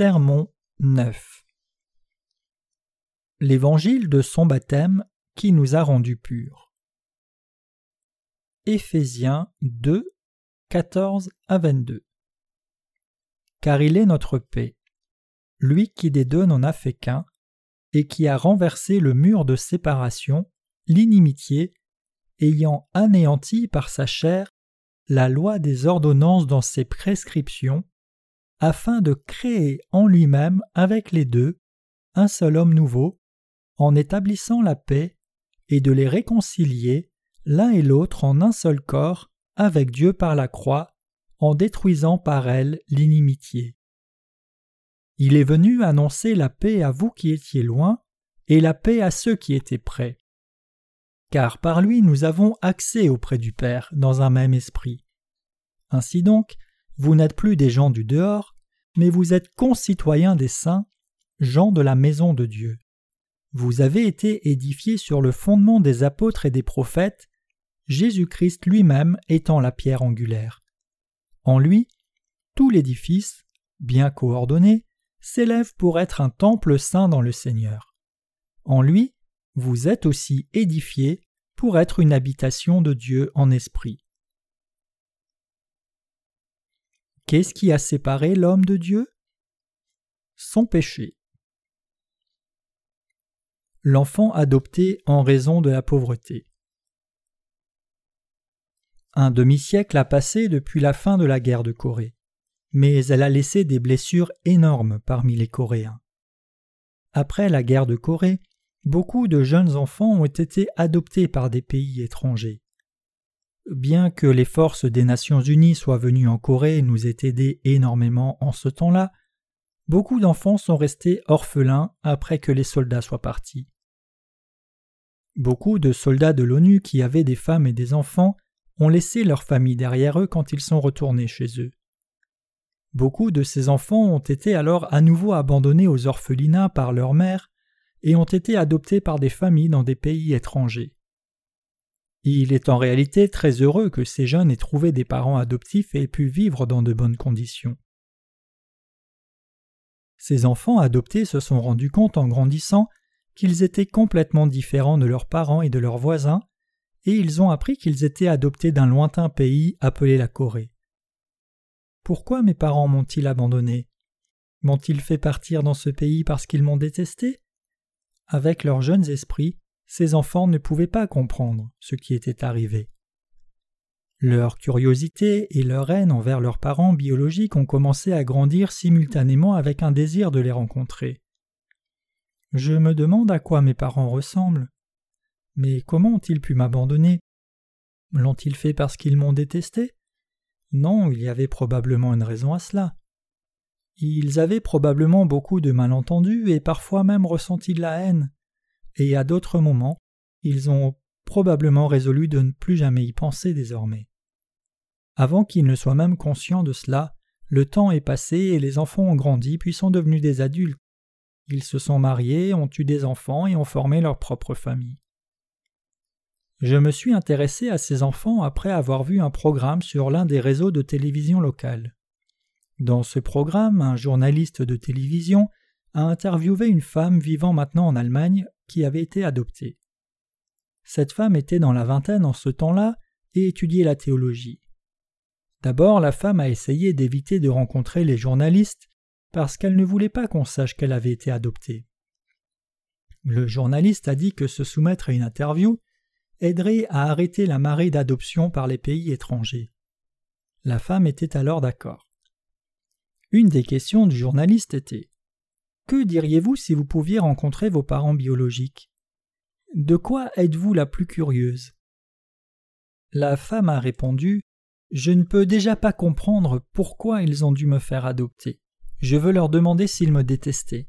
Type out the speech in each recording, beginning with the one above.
Sermon 9. L'évangile de son baptême qui nous a rendus purs. Éphésiens 2, 14-22. Car il est notre paix, lui qui des deux n'en a fait qu'un, et qui a renversé le mur de séparation, l'inimitié, ayant anéanti par sa chair la loi des ordonnances dans ses prescriptions, afin de créer en lui-même avec les deux un seul homme nouveau, en établissant la paix, et de les réconcilier l'un et l'autre en un seul corps avec Dieu par la croix, en détruisant par elle l'inimitié. Il est venu annoncer la paix à vous qui étiez loin, et la paix à ceux qui étaient près. Car par lui nous avons accès auprès du Père dans un même esprit. Ainsi donc, vous n'êtes plus des gens du dehors, mais vous êtes concitoyens des saints, gens de la maison de Dieu. Vous avez été édifiés sur le fondement des apôtres et des prophètes, Jésus-Christ lui-même étant la pierre angulaire. En lui, tout l'édifice, bien coordonné, s'élève pour être un temple saint dans le Seigneur. En lui, vous êtes aussi édifiés pour être une habitation de Dieu en esprit. Qu'est-ce qui a séparé l'homme de Dieu? Son péché. L'enfant adopté en raison de la pauvreté. Un demi-siècle a passé depuis la fin de la guerre de Corée, mais elle a laissé des blessures énormes parmi les Coréens. Après la guerre de Corée, beaucoup de jeunes enfants ont été adoptés par des pays étrangers. Bien que les forces des Nations Unies soient venues en Corée et nous aient aidés énormément en ce temps-là, beaucoup d'enfants sont restés orphelins après que les soldats soient partis. Beaucoup de soldats de l'ONU qui avaient des femmes et des enfants ont laissé leurs familles derrière eux quand ils sont retournés chez eux. Beaucoup de ces enfants ont été alors à nouveau abandonnés aux orphelinats par leur mère et ont été adoptés par des familles dans des pays étrangers. Il est en réalité très heureux que ces jeunes aient trouvé des parents adoptifs et aient pu vivre dans de bonnes conditions. Ces enfants adoptés se sont rendus compte en grandissant qu'ils étaient complètement différents de leurs parents et de leurs voisins, et ils ont appris qu'ils étaient adoptés d'un lointain pays appelé la Corée. Pourquoi mes parents m'ont-ils abandonné? M'ont-ils fait partir dans ce pays parce qu'ils m'ont détesté? Avec leurs jeunes esprits, ces enfants ne pouvaient pas comprendre ce qui était arrivé. Leur curiosité et leur haine envers leurs parents biologiques ont commencé à grandir simultanément avec un désir de les rencontrer. Je me demande à quoi mes parents ressemblent. Mais comment ont-ils pu m'abandonner? L'ont-ils fait parce qu'ils m'ont détesté? Non, il y avait probablement une raison à cela. Ils avaient probablement beaucoup de malentendus et parfois même ressenti de la haine. Et à d'autres moments, ils ont probablement résolu de ne plus jamais y penser désormais. Avant qu'ils ne soient même conscients de cela, le temps est passé et les enfants ont grandi puis sont devenus des adultes. Ils se sont mariés, ont eu des enfants et ont formé leur propre famille. Je me suis intéressé à ces enfants après avoir vu un programme sur l'un des réseaux de télévision locale. Dans ce programme, un journaliste de télévision a interviewé une femme vivant maintenant en Allemagne qui avait été adoptée. Cette femme était dans la vingtaine en ce temps-là et étudiait la théologie. D'abord, la femme a essayé d'éviter de rencontrer les journalistes parce qu'elle ne voulait pas qu'on sache qu'elle avait été adoptée. Le journaliste a dit que se soumettre à une interview aiderait à arrêter la marée d'adoption par les pays étrangers. La femme était alors d'accord. Une des questions du journaliste était: que diriez-vous si vous pouviez rencontrer vos parents biologiques? De quoi êtes-vous la plus curieuse? La femme a répondu: je ne peux déjà pas comprendre pourquoi ils ont dû me faire adopter. Je veux leur demander s'ils me détestaient.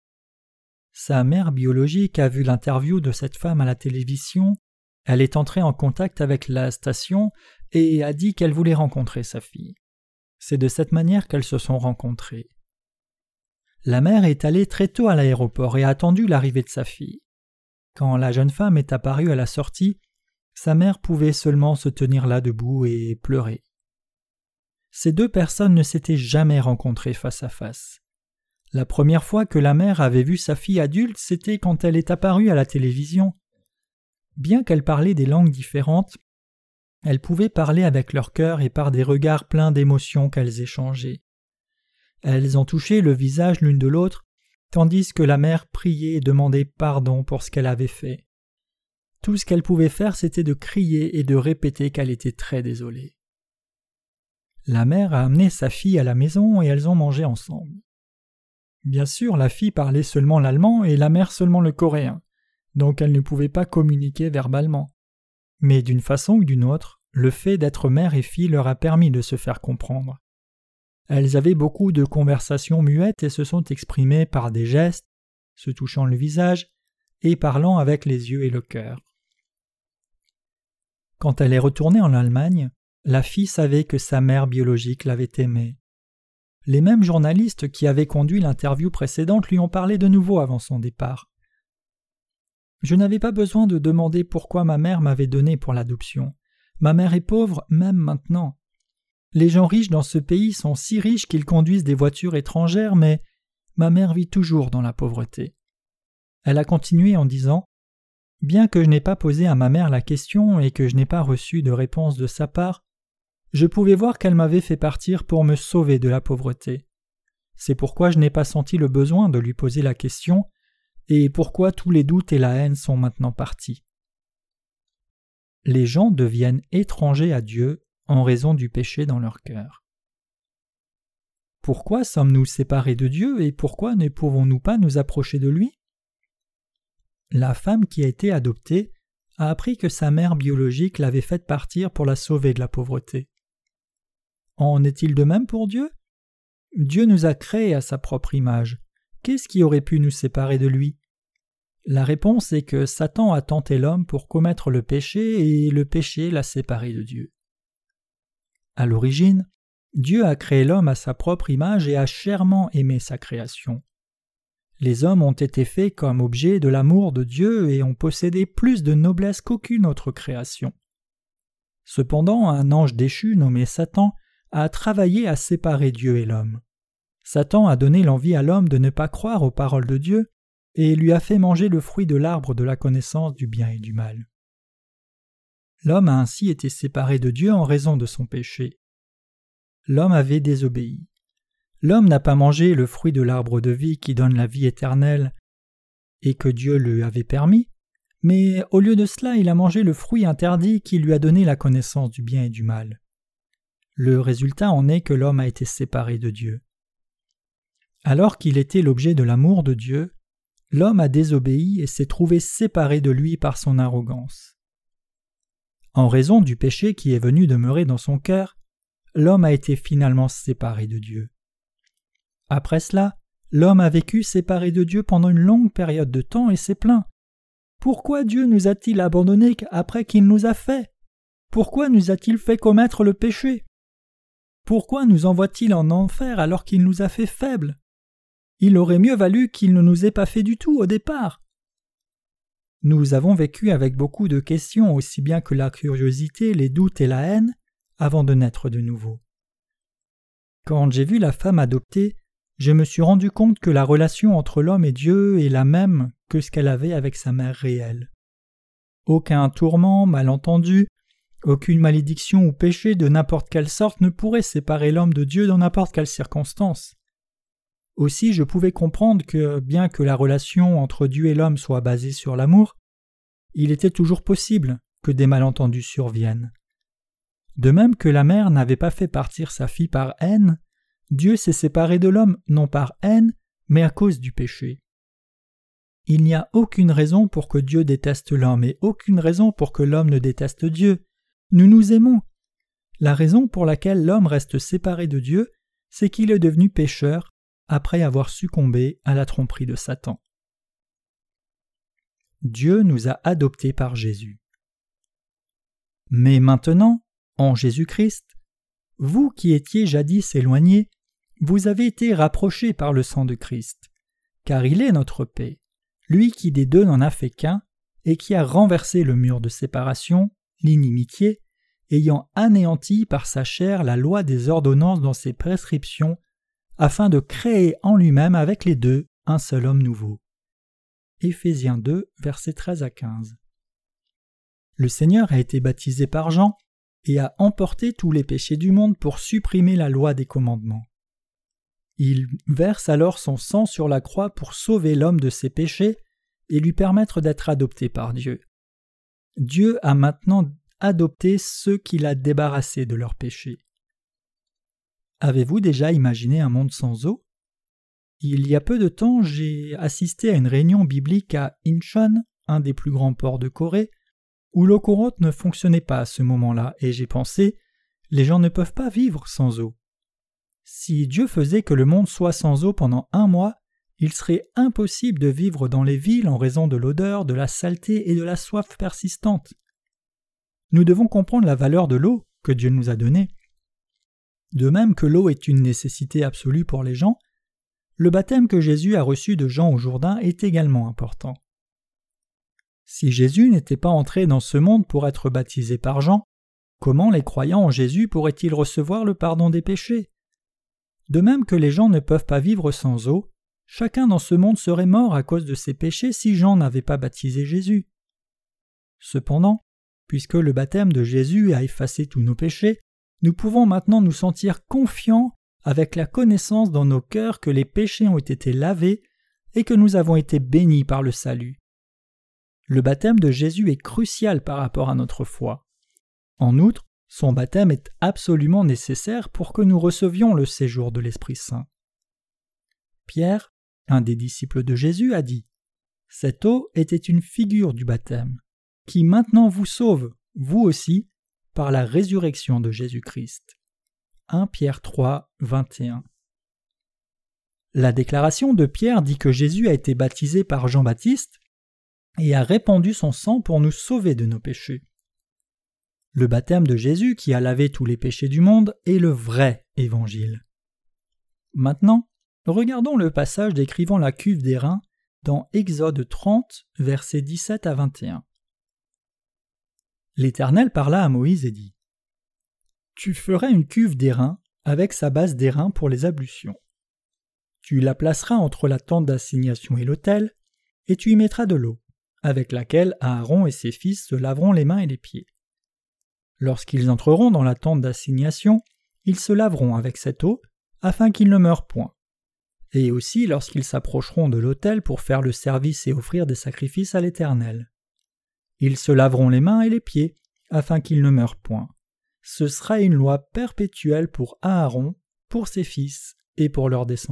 Sa mère biologique a vu l'interview de cette femme à la télévision, elle est entrée en contact avec la station et a dit qu'elle voulait rencontrer sa fille. C'est de cette manière qu'elles se sont rencontrées. La mère est allée très tôt à l'aéroport et a attendu l'arrivée de sa fille. Quand la jeune femme est apparue à la sortie, sa mère pouvait seulement se tenir là debout et pleurer. Ces deux personnes ne s'étaient jamais rencontrées face à face. La première fois que la mère avait vu sa fille adulte, c'était quand elle est apparue à la télévision. Bien qu'elle parlait des langues différentes, elles pouvaient parler avec leur cœur et par des regards pleins d'émotions qu'elles échangeaient. Elles ont touché le visage l'une de l'autre, tandis que la mère priait et demandait pardon pour ce qu'elle avait fait. Tout ce qu'elle pouvait faire, c'était de crier et de répéter qu'elle était très désolée. La mère a amené sa fille à la maison et elles ont mangé ensemble. Bien sûr, la fille parlait seulement l'allemand et la mère seulement le coréen, donc elle ne pouvait pas communiquer verbalement. Mais d'une façon ou d'une autre, le fait d'être mère et fille leur a permis de se faire comprendre. Elles avaient beaucoup de conversations muettes et se sont exprimées par des gestes, se touchant le visage et parlant avec les yeux et le cœur. Quand elle est retournée en Allemagne, la fille savait que sa mère biologique l'avait aimée. Les mêmes journalistes qui avaient conduit l'interview précédente lui ont parlé de nouveau avant son départ. Je n'avais pas besoin de demander pourquoi ma mère m'avait donné pour l'adoption. Ma mère est pauvre même maintenant. Les gens riches dans ce pays sont si riches qu'ils conduisent des voitures étrangères, mais ma mère vit toujours dans la pauvreté. Elle a continué en disant « Bien que je n'ai pas posé à ma mère la question et que je n'ai pas reçu de réponse de sa part, je pouvais voir qu'elle m'avait fait partir pour me sauver de la pauvreté. C'est pourquoi je n'ai pas senti le besoin de lui poser la question et pourquoi tous les doutes et la haine sont maintenant partis. » Les gens deviennent étrangers à Dieu en raison du péché dans leur cœur. Pourquoi sommes-nous séparés de Dieu et pourquoi ne pouvons-nous pas nous approcher de lui? La femme qui a été adoptée a appris que sa mère biologique l'avait faite partir pour la sauver de la pauvreté. En est-il de même pour Dieu? Dieu nous a créés à sa propre image. Qu'est-ce qui aurait pu nous séparer de lui? La réponse est que Satan a tenté l'homme pour commettre le péché et le péché l'a séparé de Dieu. À l'origine, Dieu a créé l'homme à sa propre image et a chèrement aimé sa création. Les hommes ont été faits comme objet de l'amour de Dieu et ont possédé plus de noblesse qu'aucune autre création. Cependant, un ange déchu nommé Satan a travaillé à séparer Dieu et l'homme. Satan a donné l'envie à l'homme de ne pas croire aux paroles de Dieu et lui a fait manger le fruit de l'arbre de la connaissance du bien et du mal. L'homme a ainsi été séparé de Dieu en raison de son péché. L'homme avait désobéi. L'homme n'a pas mangé le fruit de l'arbre de vie qui donne la vie éternelle et que Dieu lui avait permis, mais au lieu de cela, il a mangé le fruit interdit qui lui a donné la connaissance du bien et du mal. Le résultat en est que l'homme a été séparé de Dieu. Alors qu'il était l'objet de l'amour de Dieu, l'homme a désobéi et s'est trouvé séparé de lui par son arrogance. En raison du péché qui est venu demeurer dans son cœur, l'homme a été finalement séparé de Dieu. Après cela, l'homme a vécu séparé de Dieu pendant une longue période de temps et s'est plaint. Pourquoi Dieu nous a-t-il abandonnés après qu'il nous a fait? Pourquoi nous a-t-il fait commettre le péché? Pourquoi nous envoie-t-il en enfer alors qu'il nous a fait faibles? Il aurait mieux valu qu'il ne nous ait pas fait du tout au départ. Nous avons vécu avec beaucoup de questions, aussi bien que la curiosité, les doutes et la haine, avant de naître de nouveau. Quand j'ai vu la femme adoptée, je me suis rendu compte que la relation entre l'homme et Dieu est la même que ce qu'elle avait avec sa mère réelle. Aucun tourment, malentendu, aucune malédiction ou péché de n'importe quelle sorte ne pourrait séparer l'homme de Dieu dans n'importe quelle circonstance. Aussi, je pouvais comprendre que, bien que la relation entre Dieu et l'homme soit basée sur l'amour, il était toujours possible que des malentendus surviennent. De même que la mère n'avait pas fait partir sa fille par haine, Dieu s'est séparé de l'homme non par haine, mais à cause du péché. Il n'y a aucune raison pour que Dieu déteste l'homme et aucune raison pour que l'homme ne déteste Dieu. Nous nous aimons. La raison pour laquelle l'homme reste séparé de Dieu, c'est qu'il est devenu pécheur après avoir succombé à la tromperie de Satan. Dieu nous a adoptés par Jésus. Mais maintenant, en Jésus-Christ, vous qui étiez jadis éloignés, vous avez été rapprochés par le sang de Christ, car il est notre paix, lui qui des deux n'en a fait qu'un, et qui a renversé le mur de séparation, l'inimitié, ayant anéanti par sa chair la loi des ordonnances dans ses prescriptions, afin de créer en lui-même avec les deux un seul homme nouveau. Éphésiens 2, versets 13 à 15. Le Seigneur a été baptisé par Jean et a emporté tous les péchés du monde pour supprimer la loi des commandements. Il verse alors son sang sur la croix pour sauver l'homme de ses péchés et lui permettre d'être adopté par Dieu. Dieu a maintenant adopté ceux qu'il a débarrassés de leurs péchés. Avez-vous déjà imaginé un monde sans eau? Il y a peu de temps, j'ai assisté à une réunion biblique à Incheon, un des plus grands ports de Corée, où l'eau courante ne fonctionnait pas à ce moment-là, et j'ai pensé, les gens ne peuvent pas vivre sans eau. Si Dieu faisait que le monde soit sans eau pendant 1 mois, il serait impossible de vivre dans les villes en raison de l'odeur, de la saleté et de la soif persistante. Nous devons comprendre la valeur de l'eau que Dieu nous a donnée. De même que l'eau est une nécessité absolue pour les gens, le baptême que Jésus a reçu de Jean au Jourdain est également important. Si Jésus n'était pas entré dans ce monde pour être baptisé par Jean, comment les croyants en Jésus pourraient-ils recevoir le pardon des péchés? De même que les gens ne peuvent pas vivre sans eau, chacun dans ce monde serait mort à cause de ses péchés si Jean n'avait pas baptisé Jésus. Cependant, puisque le baptême de Jésus a effacé tous nos péchés, nous pouvons maintenant nous sentir confiants avec la connaissance dans nos cœurs que les péchés ont été lavés et que nous avons été bénis par le salut. Le baptême de Jésus est crucial par rapport à notre foi. En outre, son baptême est absolument nécessaire pour que nous recevions le séjour de l'Esprit Saint. Pierre, un des disciples de Jésus, a dit « Cette eau était une figure du baptême, qui maintenant vous sauve, vous aussi, par la résurrection de Jésus-Christ. » 1 Pierre 3, 21. La déclaration de Pierre dit que Jésus a été baptisé par Jean-Baptiste et a répandu son sang pour nous sauver de nos péchés. Le baptême de Jésus qui a lavé tous les péchés du monde est le vrai évangile. Maintenant, regardons le passage décrivant la cuve d'airain dans Exode 30, versets 17 à 21. L'Éternel parla à Moïse et dit « Tu feras une cuve d'airain avec sa base d'airain pour les ablutions. Tu la placeras entre la tente d'assignation et l'autel, et tu y mettras de l'eau, avec laquelle Aaron et ses fils se laveront les mains et les pieds. Lorsqu'ils entreront dans la tente d'assignation, ils se laveront avec cette eau, afin qu'ils ne meurent point. Et aussi lorsqu'ils s'approcheront de l'autel pour faire le service et offrir des sacrifices à l'Éternel. Ils se laveront les mains et les pieds, afin qu'ils ne meurent point. Ce sera une loi perpétuelle pour Aaron, pour ses fils et pour leurs descendants. »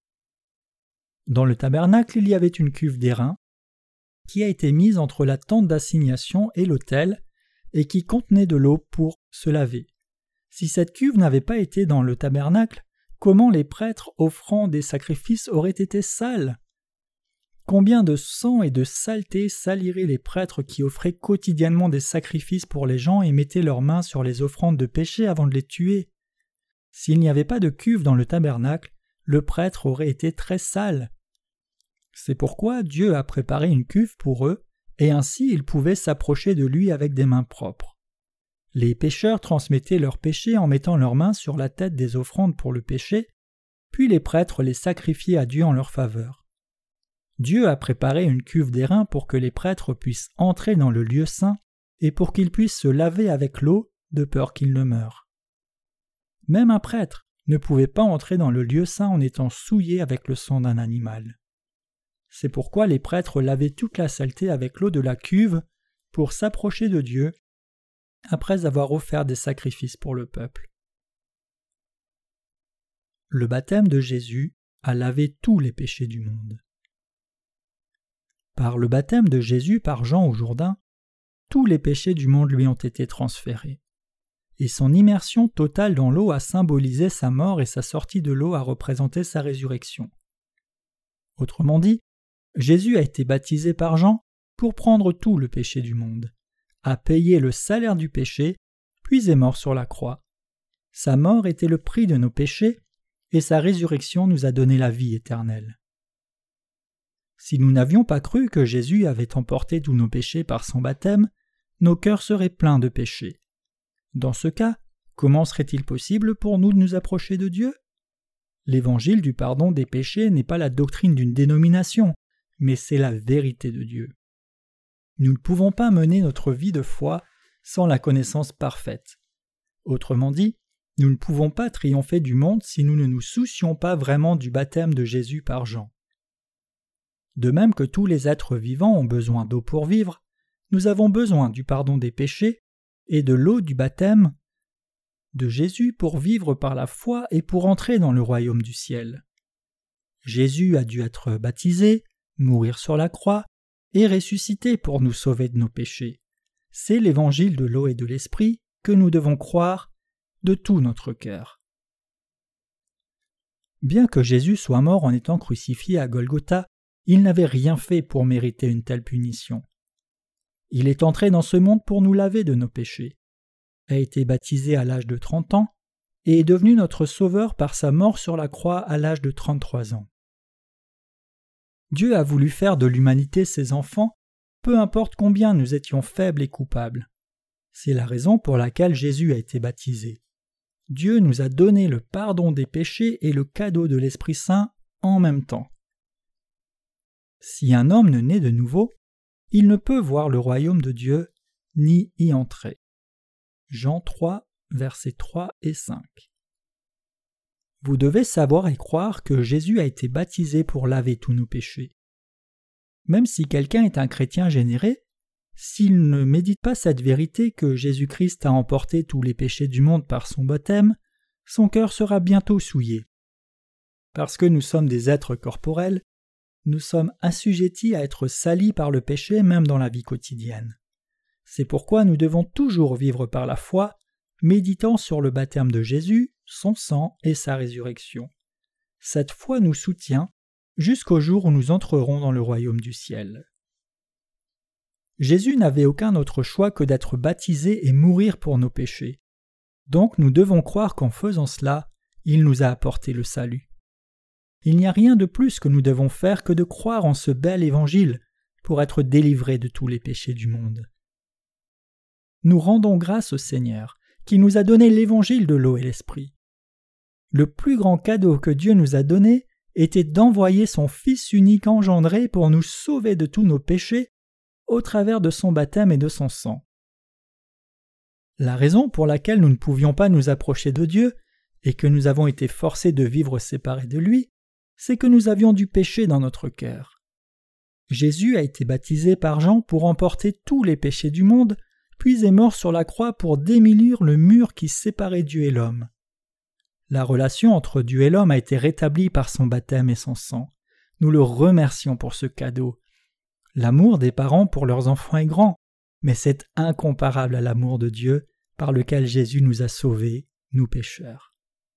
Dans le tabernacle, il y avait une cuve d'airain qui a été mise entre la tente d'assignation et l'autel et qui contenait de l'eau pour se laver. Si cette cuve n'avait pas été dans le tabernacle, comment les prêtres offrant des sacrifices auraient été sales? Combien de sang et de saleté saliraient les prêtres qui offraient quotidiennement des sacrifices pour les gens et mettaient leurs mains sur les offrandes de péché avant de les tuer? S'il n'y avait pas de cuve dans le tabernacle, le prêtre aurait été très sale. C'est pourquoi Dieu a préparé une cuve pour eux, et ainsi ils pouvaient s'approcher de lui avec des mains propres. Les pécheurs transmettaient leurs péchés en mettant leurs mains sur la tête des offrandes pour le péché, puis les prêtres les sacrifiaient à Dieu en leur faveur. Dieu a préparé une cuve d'airain pour que les prêtres puissent entrer dans le lieu saint et pour qu'ils puissent se laver avec l'eau de peur qu'ils ne meurent. Même un prêtre ne pouvait pas entrer dans le lieu saint en étant souillé avec le sang d'un animal. C'est pourquoi les prêtres lavaient toute la saleté avec l'eau de la cuve pour s'approcher de Dieu après avoir offert des sacrifices pour le peuple. Le baptême de Jésus a lavé tous les péchés du monde. Par le baptême de Jésus par Jean au Jourdain, tous les péchés du monde lui ont été transférés. Et son immersion totale dans l'eau a symbolisé sa mort et sa sortie de l'eau a représenté sa résurrection. Autrement dit, Jésus a été baptisé par Jean pour prendre tout le péché du monde, a payé le salaire du péché, puis est mort sur la croix. Sa mort était le prix de nos péchés, et sa résurrection nous a donné la vie éternelle. Si nous n'avions pas cru que Jésus avait emporté tous nos péchés par son baptême, nos cœurs seraient pleins de péchés. Dans ce cas, comment serait-il possible pour nous de nous approcher de Dieu? L'évangile du pardon des péchés n'est pas la doctrine d'une dénomination, mais c'est la vérité de Dieu. Nous ne pouvons pas mener notre vie de foi sans la connaissance parfaite. Autrement dit, nous ne pouvons pas triompher du monde si nous ne nous soucions pas vraiment du baptême de Jésus par Jean. De même que tous les êtres vivants ont besoin d'eau pour vivre, nous avons besoin du pardon des péchés et de l'eau du baptême de Jésus pour vivre par la foi et pour entrer dans le royaume du ciel. Jésus a dû être baptisé, mourir sur la croix et ressusciter pour nous sauver de nos péchés. C'est l'évangile de l'eau et de l'esprit que nous devons croire de tout notre cœur. Bien que Jésus soit mort en étant crucifié à Golgotha, il n'avait rien fait pour mériter une telle punition. Il est entré dans ce monde pour nous laver de nos péchés, a été baptisé à l'âge de 30 ans et est devenu notre Sauveur par sa mort sur la croix à l'âge de 33 ans. Dieu a voulu faire de l'humanité ses enfants, peu importe combien nous étions faibles et coupables. C'est la raison pour laquelle Jésus a été baptisé. Dieu nous a donné le pardon des péchés et le cadeau de l'Esprit Saint en même temps. Si un homme ne naît de nouveau, il ne peut voir le royaume de Dieu ni y entrer. Jean 3, versets 3 et 5. Vous devez savoir et croire que Jésus a été baptisé pour laver tous nos péchés. Même si quelqu'un est un chrétien généré, s'il ne médite pas cette vérité que Jésus-Christ a emporté tous les péchés du monde par son baptême, son cœur sera bientôt souillé. Parce que nous sommes des êtres corporels, nous sommes assujettis à être salis par le péché même dans la vie quotidienne. C'est pourquoi nous devons toujours vivre par la foi, méditant sur le baptême de Jésus, son sang et sa résurrection. Cette foi nous soutient jusqu'au jour où nous entrerons dans le royaume du ciel. Jésus n'avait aucun autre choix que d'être baptisé et mourir pour nos péchés. Donc nous devons croire qu'en faisant cela, il nous a apporté le salut. Il n'y a rien de plus que nous devons faire que de croire en ce bel évangile pour être délivrés de tous les péchés du monde. Nous rendons grâce au Seigneur, qui nous a donné l'évangile de l'eau et l'esprit. Le plus grand cadeau que Dieu nous a donné était d'envoyer son Fils unique engendré pour nous sauver de tous nos péchés au travers de son baptême et de son sang. La raison pour laquelle nous ne pouvions pas nous approcher de Dieu et que nous avons été forcés de vivre séparés de lui, c'est que nous avions du péché dans notre cœur. Jésus a été baptisé par Jean pour emporter tous les péchés du monde, puis est mort sur la croix pour démolir le mur qui séparait Dieu et l'homme. La relation entre Dieu et l'homme a été rétablie par son baptême et son sang. Nous le remercions pour ce cadeau. L'amour des parents pour leurs enfants est grand, mais c'est incomparable à l'amour de Dieu par lequel Jésus nous a sauvés, nous pécheurs.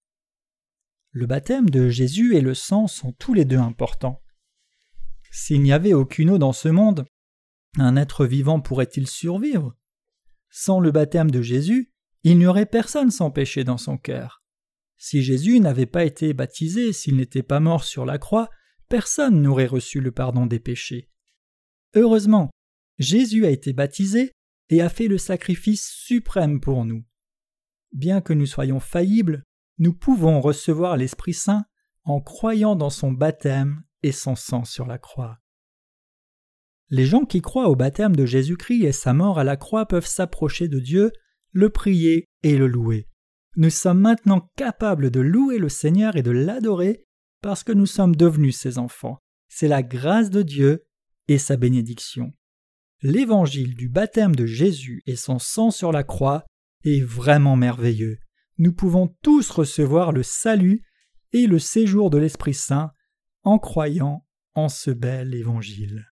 Le baptême de Jésus et le sang sont tous les deux importants. S'il n'y avait aucune eau dans ce monde, un être vivant pourrait-il survivre ? Sans le baptême de Jésus, il n'y aurait personne sans péché dans son cœur. Si Jésus n'avait pas été baptisé, s'il n'était pas mort sur la croix, personne n'aurait reçu le pardon des péchés. Heureusement, Jésus a été baptisé et a fait le sacrifice suprême pour nous. Bien que nous soyons faillibles, nous pouvons recevoir l'Esprit Saint en croyant dans son baptême et son sang sur la croix. Les gens qui croient au baptême de Jésus-Christ et sa mort à la croix peuvent s'approcher de Dieu, le prier et le louer. Nous sommes maintenant capables de louer le Seigneur et de l'adorer parce que nous sommes devenus ses enfants. C'est la grâce de Dieu et sa bénédiction. L'évangile du baptême de Jésus et son sang sur la croix est vraiment merveilleux. Nous pouvons tous recevoir le salut et le séjour de l'Esprit Saint en croyant en ce bel évangile.